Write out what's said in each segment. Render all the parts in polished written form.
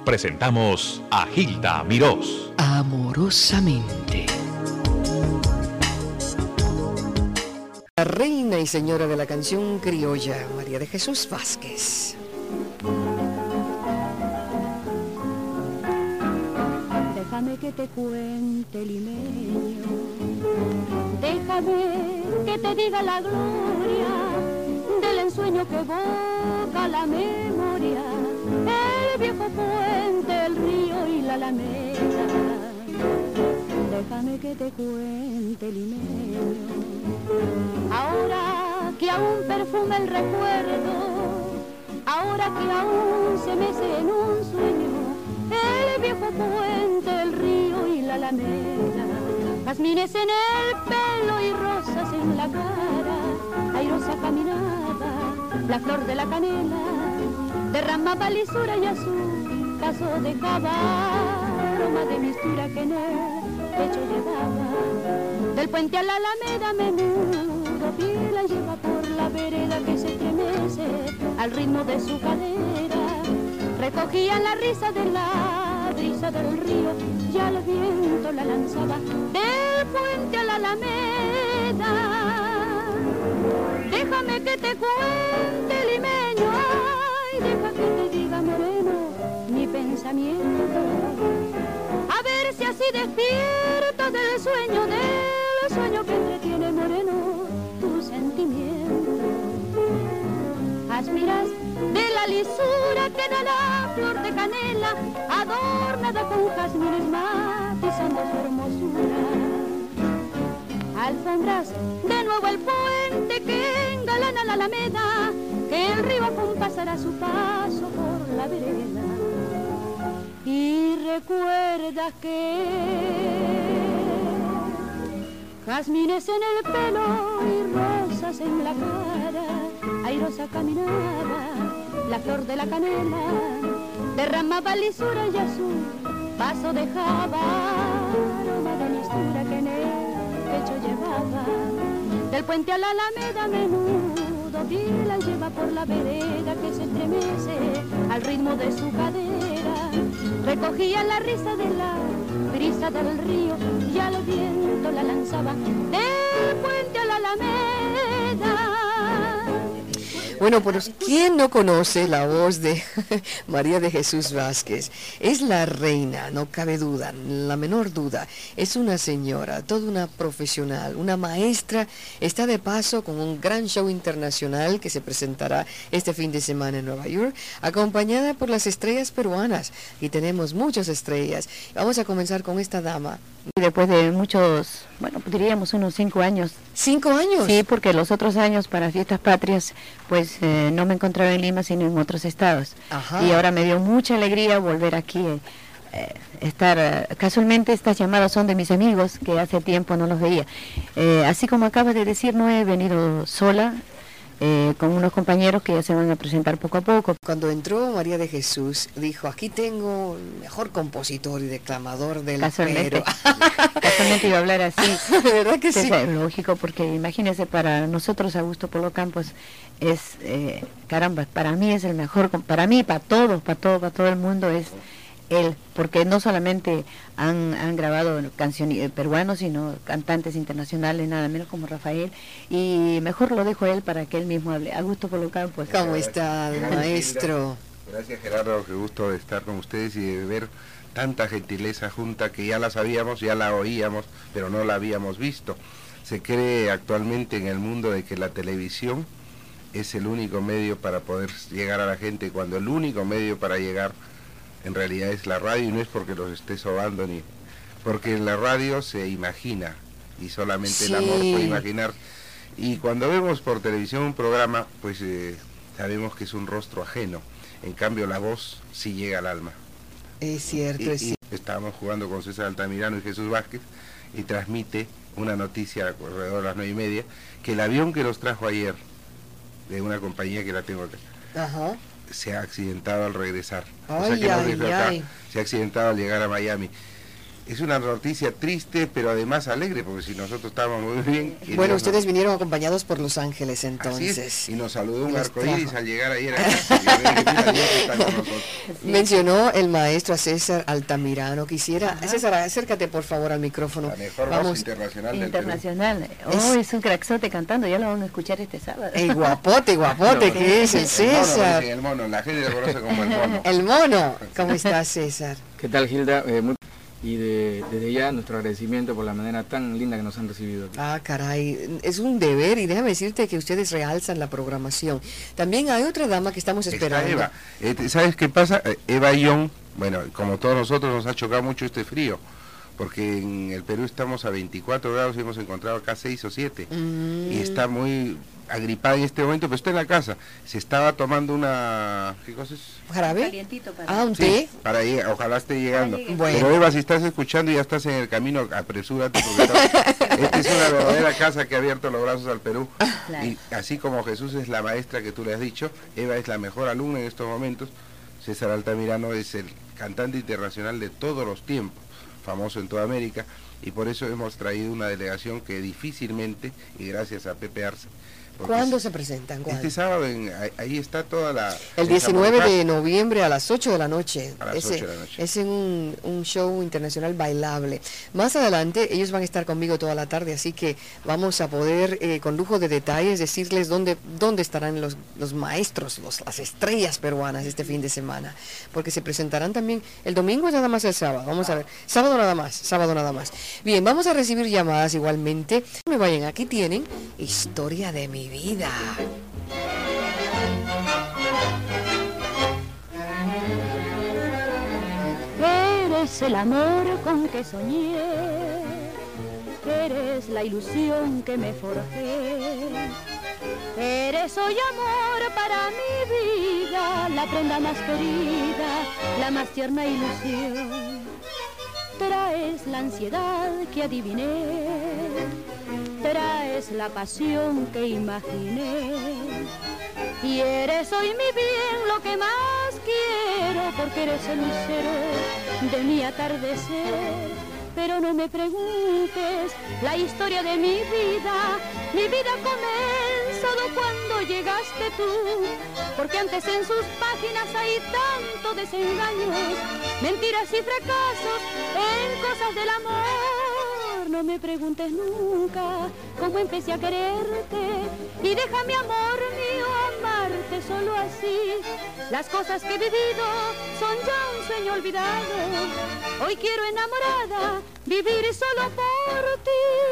presentamos a Gilda Mirós. Amorosamente. La reina y señora de la canción criolla, María de Jesús Vázquez. Déjame que te cuente, limeño, déjame que te diga la gloria del ensueño que evoca la memoria, el viejo puente, el río y la alameda. Déjame que te cuente, limeño, ahora que aún perfuma el recuerdo, ahora que aún se mece en un sueño, el viejo puente, el río y la alameda. Jazmines en el pelo y rosas en la cara, airosa caminada, la flor de la canela derramaba lisura y a su paso dejaba aroma de mistura que en el pecho llevaba. Del puente a la alameda menudo pie la lleva por la vereda que se estremece al ritmo de su cadera. Recogían la risa de la brisa del río, ya el viento la lanzaba del puente a la alameda. Déjame que te cuente, limeño, ay, deja que te diga, moreno, mi pensamiento. A ver si así despierto del sueño que entretiene, moreno, tu sentimiento. Aspiras de la lisura que da la flor de canela, adornada con jazmines matizando su hermosura. Alfombras de nuevo el puente que engalana la alameda, que el río acompasará su paso por la vereda. Y recuerdas que jazmines en el pelo y rosas en la cara, airosa caminada, la flor de la canela derramaba lisura y a su paso dejaba aroma de mistura que en el pecho llevaba. Del puente a la alameda menudo pie la lleva por la vereda que se estremece al ritmo de su cadera. Recogía la risa de la brisa del río y al viento la lanzaba del puente a la alameda. Bueno, pues ¿quién no conoce la voz de María de Jesús Vázquez? Es la reina, no cabe duda, la menor duda. Es una señora, toda una profesional, una maestra. Está de paso con un gran show internacional que se presentará este fin de semana en Nueva York, acompañada por las estrellas peruanas. Y tenemos muchas estrellas. Vamos a comenzar con esta dama. Después de muchos, bueno, diríamos unos 5 años. ¿5 años? Sí, porque los otros años para fiestas patrias, pues no me encontraba en Lima, sino en otros estados. Ajá. Y ahora me dio mucha alegría volver aquí, estar, casualmente estas llamadas son de mis amigos, que hace tiempo no los veía. Así como acabas de decir, no he venido sola, con unos compañeros que ya se van a presentar poco a poco. Cuando entró María de Jesús, dijo, aquí tengo el mejor compositor y declamador del Perú. Casualmente iba a hablar así. ¿Verdad que sí? Es lógico, porque imagínese, para nosotros Augusto Polo Campos es, caramba, para mí es el mejor, para mí, para todo el mundo es él, porque no solamente han grabado canciones peruanos, sino cantantes internacionales, nada menos como Rafael, y mejor lo dejo a él para que él mismo hable. Augusto Polo Campos. ¿Cómo está, maestro? Gracias, Gerardo, qué gusto de estar con ustedes y de ver tanta gentileza junta que ya la sabíamos, ya la oíamos, pero no la habíamos visto. Se cree actualmente en el mundo de que la televisión es el único medio para poder llegar a la gente, cuando el único medio para llegar en realidad es la radio, y no es porque los esté sobando, ni porque en la radio se imagina, y solamente el amor puede imaginar. Y cuando vemos por televisión un programa, pues sabemos que es un rostro ajeno, en cambio la voz sí llega al alma. Es cierto, es cierto. Estábamos jugando con César Altamirano y Jesús Vázquez, y transmite una noticia alrededor de las 9:30, que el avión que los trajo ayer, de una compañía que la tengo acá, Ajá. se ha accidentado al regresar. Ay, o sea que se ha accidentado al llegar a Miami. Es una noticia triste, pero además alegre, porque si nosotros estábamos muy bien... Bueno, ustedes vinieron acompañados por Los Ángeles, entonces. Así es, y nos saludó un Los arcoíris trajo. al llegar ayer a casa. Mira, Dios está con nosotros. Mencionó el maestro a César Altamirano. Quisiera, César, acércate por favor al micrófono. La mejor voz internacional del Perú. Internacional. Es un craxote cantando, ya lo van a escuchar este sábado. Guapote, No, que es el César. El mono, la gente lo conoce como el mono. El mono. ¿Cómo estás, César? ¿Qué tal, Gilda? Desde ya nuestro agradecimiento por la manera tan linda que nos han recibido aquí. Ah, caray, es un deber y déjame decirte que ustedes realzan la programación. También hay otra dama que estamos esperando. Está Eva. ¿Sabes qué pasa? Eva y John, bueno, como todos nosotros nos ha chocado mucho este frío, porque en el Perú estamos a 24 grados y hemos encontrado acá 6 o 7. Y está muy agripada en este momento, pero está en la casa. Se estaba tomando una... ¿Qué cosa es? ¿Jarabe? Calientito para... ¿Un Sí, té? para ir, ojalá esté llegando. Bueno. Pero Eva, si estás escuchando y ya estás en el camino, apresúrate, porque esta es una verdadera casa que ha abierto los brazos al Perú. Claro. Y así como Jesús es la maestra que tú le has dicho, Eva es la mejor alumna en estos momentos. César Altamirano es el cantante internacional de todos los tiempos, famoso en toda América, y por eso hemos traído una delegación que difícilmente, y gracias a Pepe Arce. ¿Cuándo se presentan? ¿Cuándo? Este sábado, ahí está toda la... El 19 de noviembre a las 8 de la noche. A las 8 de la noche. Es en un show internacional bailable. Más adelante ellos van a estar conmigo toda la tarde, así que vamos a poder, con lujo de detalles, decirles dónde estarán los maestros, las estrellas peruanas este fin de semana. Porque se presentarán también el domingo, es nada más el sábado. Vamos a ver, sábado nada más. Bien, vamos a recibir llamadas igualmente. No me vayan, aquí tienen Historia de mi vida. Eres el amor con que soñé, eres la ilusión que me forjé, eres hoy amor para mi vida, la prenda más querida, la más tierna ilusión. Traes la ansiedad que adiviné, traes la pasión que imaginé, y eres hoy mi bien, lo que más quiero, porque eres el lucero de mi atardecer. Pero no me preguntes la historia de mi vida comenzado cuando llegaste tú, porque antes en sus páginas hay tanto desengaño, mentiras y fracasos en cosas del amor. No me preguntes nunca cómo empecé a quererte, y deja mi amor mío amarte solo así. Las cosas que he vivido son ya un sueño olvidado, hoy quiero enamorada vivir solo por ti.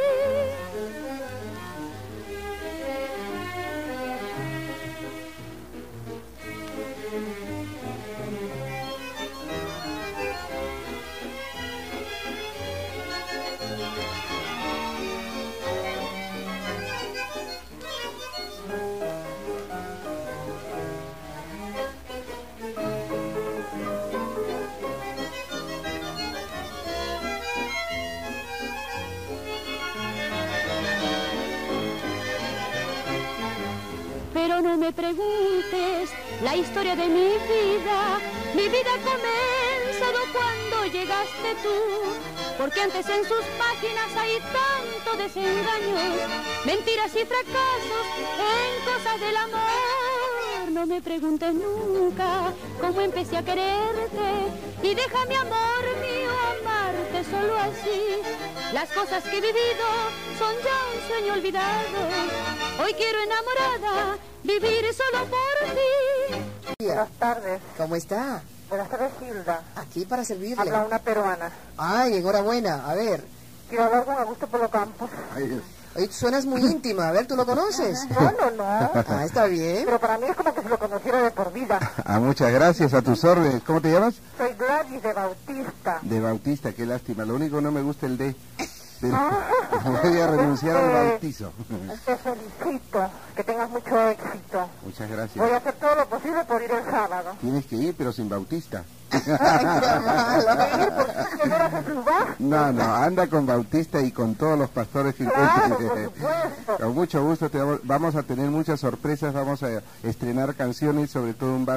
Pero no me preguntes la historia de mi vida comenzado cuando llegaste tú, porque antes en sus páginas hay tanto desengaños, mentiras y fracasos en cosas del amor. No me preguntes nunca cómo empecé a quererte, y deja mi amor mío amarte solo así. Las cosas que he vivido son ya un sueño olvidado, hoy quiero enamorada vivir solo por ti. Buenas tardes. ¿Cómo está? Buenas tardes, Gilda. Aquí para servirle. Habla una peruana. Ay, enhorabuena. A ver, Quiero hablar con Augusto Polo Campos. oye, suenas muy íntima. A ver, ¿tú lo conoces? No. Ah, está bien. Pero para mí es como que si lo conociera de por vida. Muchas gracias, a tus órdenes. ¿Cómo te llamas? Soy Gladys de Bautista. De Bautista, qué lástima. Lo único que no me gusta el de... Pero voy a renunciar al bautizo. Te felicito. Que tengas mucho éxito. Muchas Voy gracias. a hacer todo lo posible por ir el sábado. Tienes que ir, pero sin Bautista. Ay, qué malo. No, anda con Bautista y con todos los pastores que Claro, encuentres. por supuesto. Con mucho gusto, vamos a tener muchas sorpresas, vamos a estrenar canciones, sobre todo un vals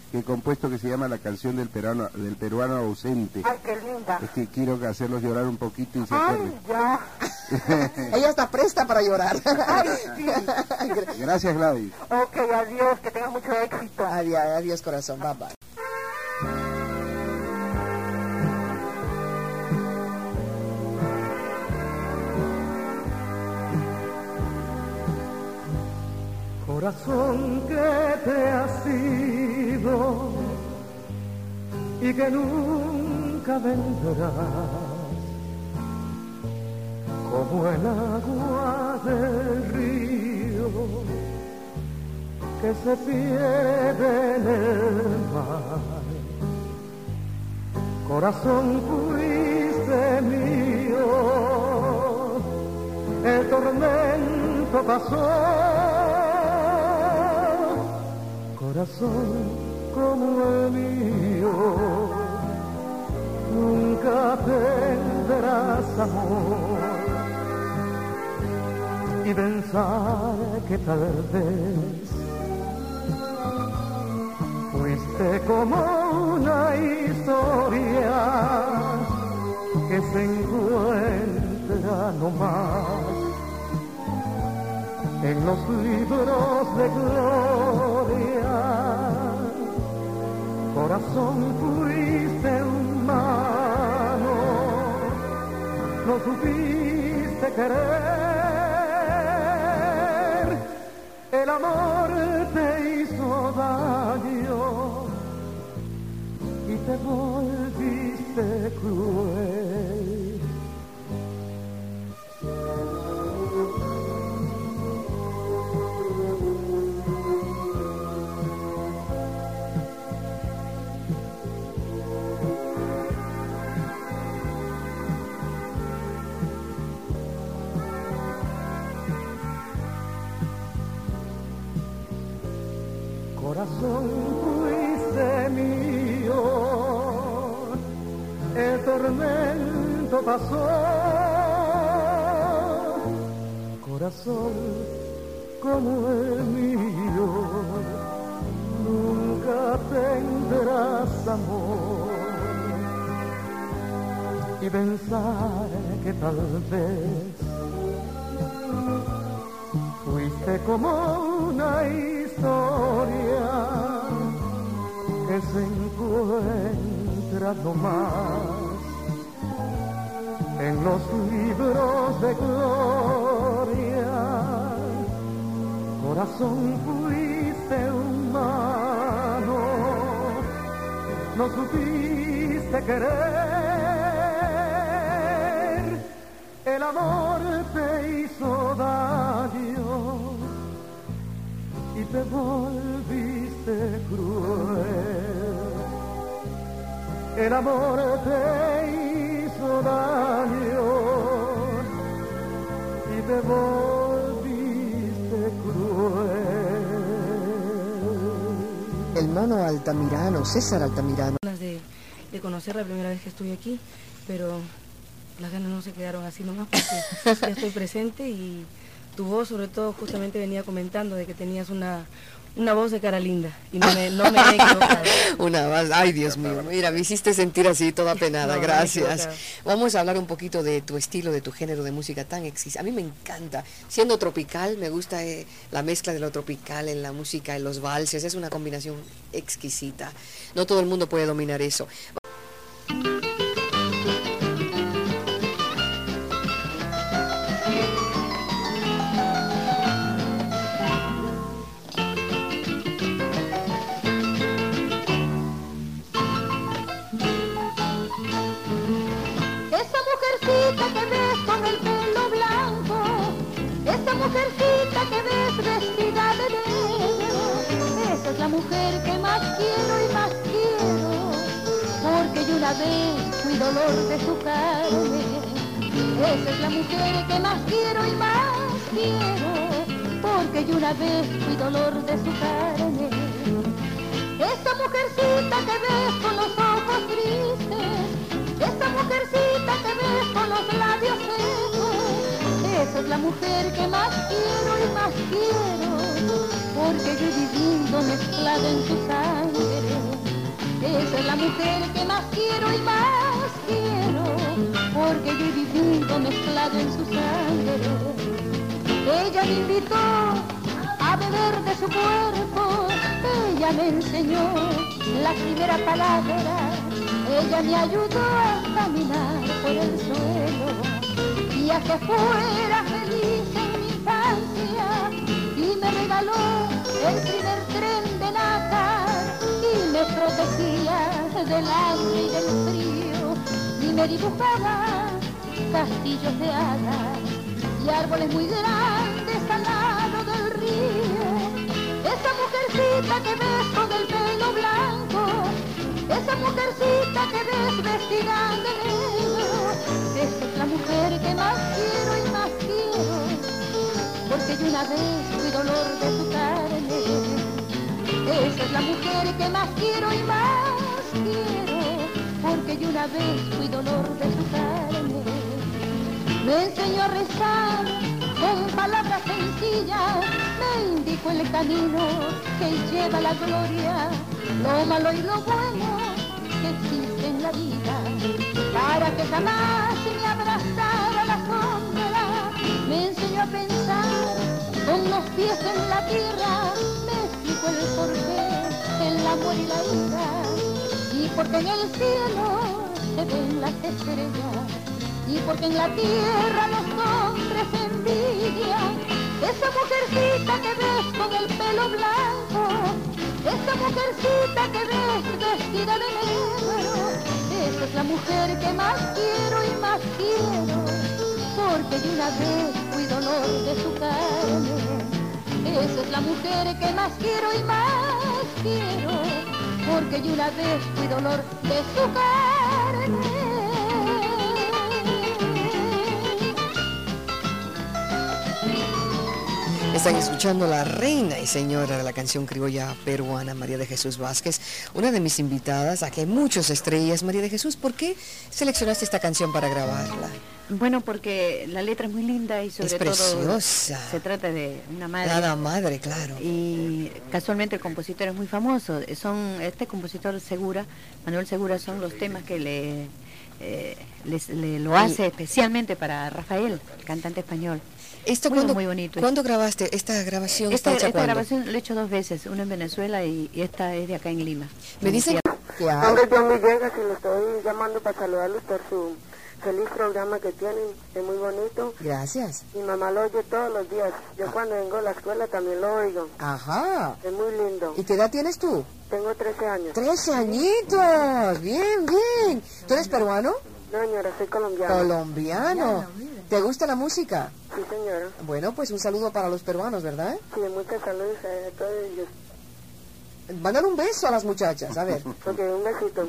que he compuesto que se llama La canción del peruano ausente. Ay, qué linda. Es que quiero hacerlos llorar un poquito y se Ay, acuerden. ya. Ella está presta para llorar. Ay, sí. Gracias, Gladys. Ok, adiós, que tengas mucho éxito. Adiós, adiós, corazón. Bye, bye. Corazón que te has ido y que nunca vendrás, como el agua del río que se pierde en el mar. Corazón fuiste mío, el tormento pasó. Corazón como el mío, nunca tendrás amor. Y pensar que tal vez fuiste como una historia que se encuentra nomás en los libros de gloria. Corazón fuiste humano, no supiste querer. El amor te hizo daño y te volviste cruel. Corazón fuiste mío, el tormento pasó. Corazón como el mío, nunca tendrás amor. Y pensar que tal vez fuiste como una historia que se encuentra nomás en los libros de gloria. Corazón fuiste humano, no supiste querer. El amor te hizo daño y te volviste cruel. El amor te hizo daño y te volviste cruel. El mono Altamirano, César Altamirano. De conocer la primera vez que estuve aquí, pero las ganas no se quedaron así nomás porque ya estoy presente y tu voz sobre todo justamente venía comentando de que tenías una voz de cara linda y no me he equivocado. Una más, ay Dios mío, mira, me hiciste sentir así toda penada, No, gracias. Vamos a hablar un poquito de tu estilo, de tu género de música tan exquisita. A mí me encanta, siendo tropical, me gusta la mezcla de lo tropical en la música, en los valses, es una combinación exquisita. No todo el mundo puede dominar eso. Mujercita que ves vestida de negro, esa es la mujer que más quiero y más quiero, porque yo una vez fui dolor de su carne. Esa es la mujer que más quiero y más quiero, porque yo una vez fui dolor de su carne. Esa mujercita que ves con los ojos tristes, esa mujercita que ves con los labios secos, esa es la mujer que más quiero y más quiero, porque yo he vivido mezclada en su sangre. Esa es la mujer que más quiero y más quiero, porque yo he vivido mezclado en su sangre. Ella me invitó a beber de su cuerpo, ella me enseñó la primera palabra, ella me ayudó a caminar por el suelo y a que fuera feliz en mi infancia, y me regaló el primer tren de nácar y me protegía del hambre y del frío, y me dibujaba castillos de hadas y árboles muy grandes al lado del río. Esa mujercita que ves con el pelo blanco, esa mujercita que ves vestida de negro, esa es la mujer que más quiero y más quiero, porque yo una vez fui dolor de su carne. Esa es la mujer que más quiero y más quiero, porque yo una vez fui dolor de su carne. Me enseñó a rezar con palabras sencillas, me indicó el camino que lleva a la gloria, lo malo y lo bueno que existe en la vida, para que jamás me abrazara la sombra. Me enseñó a pensar con los pies en la tierra, me explicó el porqué, el amor y la ira, y porque en el cielo se ven las estrellas, y porque en la tierra los hombres envidian. Esa mujercita que ves con el pelo blanco, esa mujercita que ves vestida de negro, esa es la mujer que más quiero y más quiero, porque yo una vez fui dolor de su carne. Esa es la mujer que más quiero y más quiero, porque yo una vez fui dolor de su carne. Están escuchando la reina y señora de la canción criolla peruana, María de Jesús Vázquez, una de mis invitadas. Aquí hay muchas estrellas. María de Jesús, ¿por qué seleccionaste esta canción para grabarla? Bueno, porque la letra es muy linda y sobre todo se trata de una madre. Nada madre, claro. Y casualmente el compositor es muy famoso. Este compositor Segura, Manuel Segura, son los temas que lo hace especialmente para Rafael, el cantante español. Muy bonito. ¿Cuándo grabaste esta grabación? Esta grabación la he hecho 2 veces, una en Venezuela y esta es de acá en Lima. Me dicen que nombre es John Villegas y lo estoy llamando para saludarlos por su feliz programa que tienen, es muy bonito. Gracias. Mi mamá lo oye todos los días, yo cuando vengo a la escuela también lo oigo. Ajá. Es muy lindo. ¿Y qué edad tienes tú? Tengo 13 años. 13 añitos, bien, bien. ¿Tú eres peruano? No, señora, soy colombiano. Colombiano. ¿Te gusta la música? Sí, señora. Bueno, pues un saludo para los peruanos, ¿verdad? Sí, muchas saludos a todos ellos. Mándale un beso a las muchachas, a ver. Ok, un besito.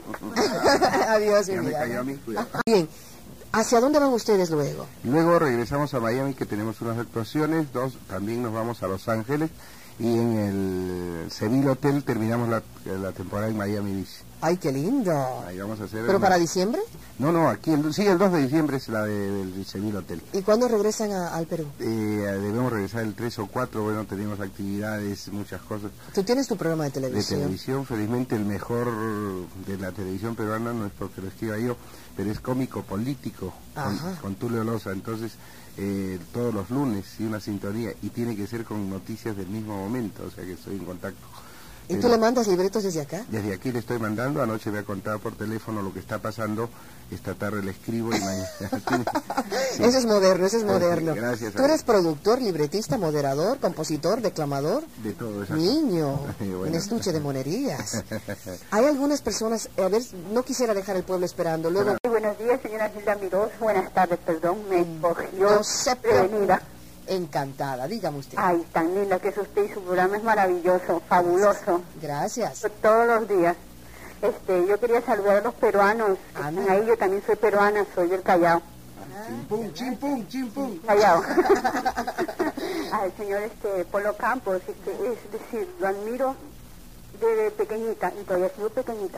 Adiós, mi vida. Bien, ¿hacia dónde van ustedes luego? Luego regresamos a Miami, que tenemos unas actuaciones, también nos vamos a Los Ángeles, y en el Seville Hotel terminamos la temporada en Miami Beach. ¡Ay, qué lindo! Ahí vamos a hacer. ¿Pero para diciembre? No, aquí el 2 de diciembre es la del Seville Hotel. ¿Y cuándo regresan al Perú? Debemos regresar el 3 o 4, bueno, tenemos actividades, muchas cosas. ¿Tú tienes tu programa de televisión? De televisión, felizmente el mejor de la televisión peruana, no es porque lo escriba yo, pero es cómico político, con Tulio Loza, entonces todos los lunes y una sintonía, y tiene que ser con noticias del mismo momento, o sea que estoy en contacto. ¿Y tú le mandas libretos desde acá? Desde aquí le estoy mandando, anoche me ha contado por teléfono lo que está pasando, esta tarde le escribo y mañana... Sí. Eso es moderno, eso es moderno. Gracias. ¿Tú eres productor, libretista, moderador, compositor, declamador? De todo eso. Niño, bueno. Un estuche de monerías. Hay algunas personas, a ver, no quisiera dejar el pueblo esperando. Luego... Buenos días, señora Gilda Mirós, buenas tardes, perdón, me cogió no sé, prevenida. Encantada, dígame usted. Ay, tan linda que es usted y su programa es maravilloso, fabuloso. Gracias. Todos los días. Yo quería saludar a los peruanos. Ahí yo también soy peruana, soy del Callao. Chimpum, chimpum, chimpum. Callao. Al señor Polo Campos, es decir, lo admiro desde pequeñita y todavía sigo pequeñita.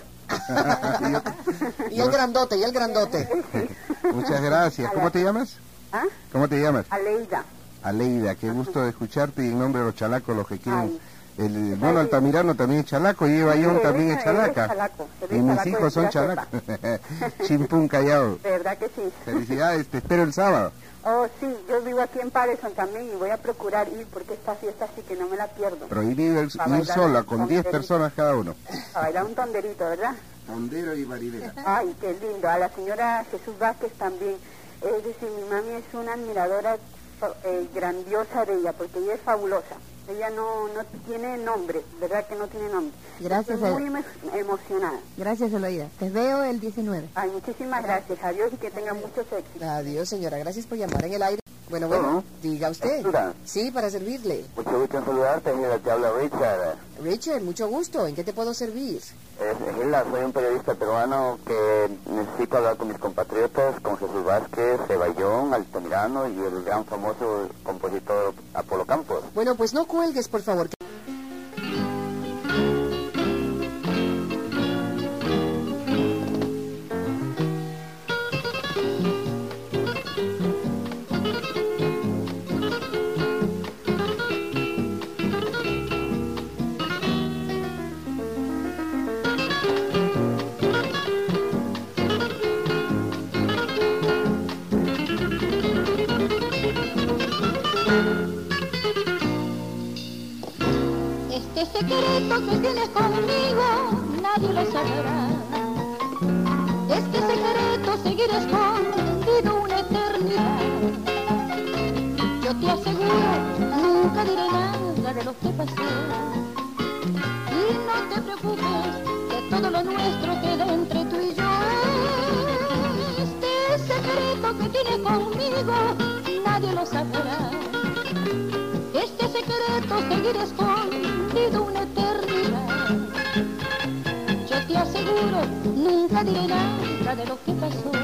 Y el grandote, y el grandote. Sí. Muchas gracias. ¿Cómo te llamas? ¿Ah? ¿Cómo te llamas? Aleida. Aleida, qué gusto de escucharte, y en nombre de los chalacos, los que quieren El mono altamirano también es chalaco y Eva Young también es chalaca. Y mis hijos son chalacos. Chimpún Callao. De verdad que sí. Felicidades, te espero el sábado. Oh, sí, yo vivo aquí en Patterson también y voy a procurar ir porque esta fiesta sí que no me la pierdo. Prohibido ir sola, con 10 personas cada uno. A bailar un tonderito, ¿verdad? Tondero y marinera. Ay, qué lindo. A la señora Jesús Vázquez también. Es decir, mi mami es una admiradora grandiosa de ella porque ella es fabulosa. Ella no tiene nombre, ¿verdad que no tiene nombre? Gracias. Estoy muy emocionada. Gracias, Eloída. Te veo el 19. Ay, muchísimas gracias. Adiós y que tengan muchos éxitos. Adiós, señora. Gracias por llamar en el aire. Bueno, diga usted. Sí, para servirle. Mucho gusto en saludarte, Gila, te habla Richard. Richard, mucho gusto. ¿En qué te puedo servir? Gila, soy un periodista peruano que necesito hablar con mis compatriotas, con Jesús Vázquez, Eva Young, Altamirano y el gran famoso compositor Apolo Campos. Bueno, pues no cuelgues, por favor. secreto que tienes conmigo, nadie lo sabrá. Este secreto seguirá escondido una eternidad. Yo te aseguro, nunca diré nada de lo que pasó. Y no te preocupes, que todo lo nuestro queda entre tú y yo. Este secreto que tienes conmigo, nadie lo sabrá. Este secreto seguirá escondido una eternidad. Yo te aseguro, nunca diré nada de lo que pasó.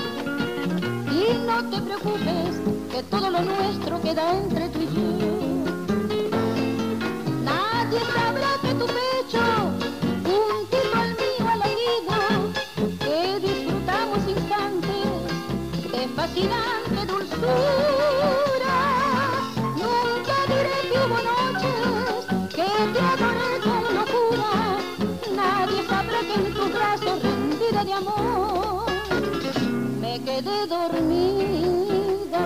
Y no te preocupes, que todo lo nuestro queda entre tú y yo. Nadie sabrá que tu pecho, juntito al mío al latido, que disfrutamos instantes de fascinante dulzura. Nunca diré que hubo noches que te adoré con locura. Nadie sabrá que en tus brazos rendida de amor me quedé dormida.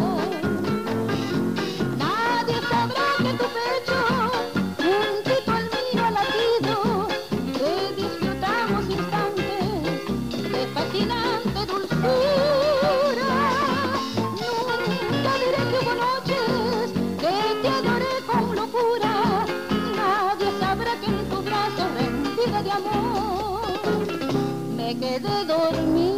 Nadie sabrá que tu pecho, juntito al mío al latido, que disfrutamos instantes de fascinante dulzura. Nunca diré que hubo noches que te adoré con locura. Nadie sabrá que en tus brazos rendida de amor me quedé dormida.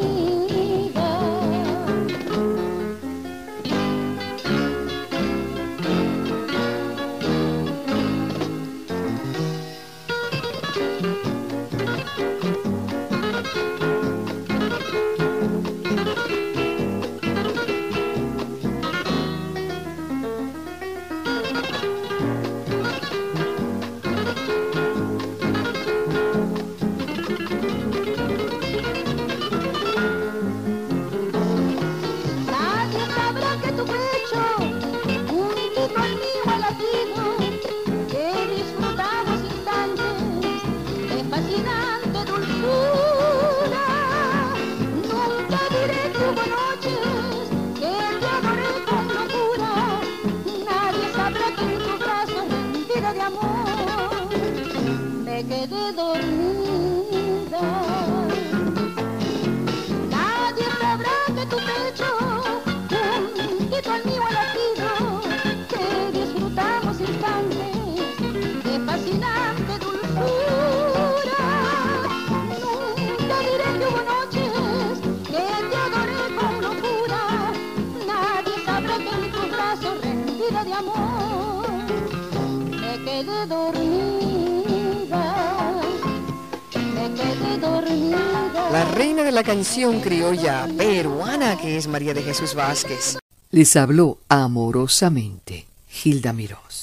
La reina de la canción criolla peruana, que es María de Jesús Vázquez. Les habló amorosamente Gilda Mirós.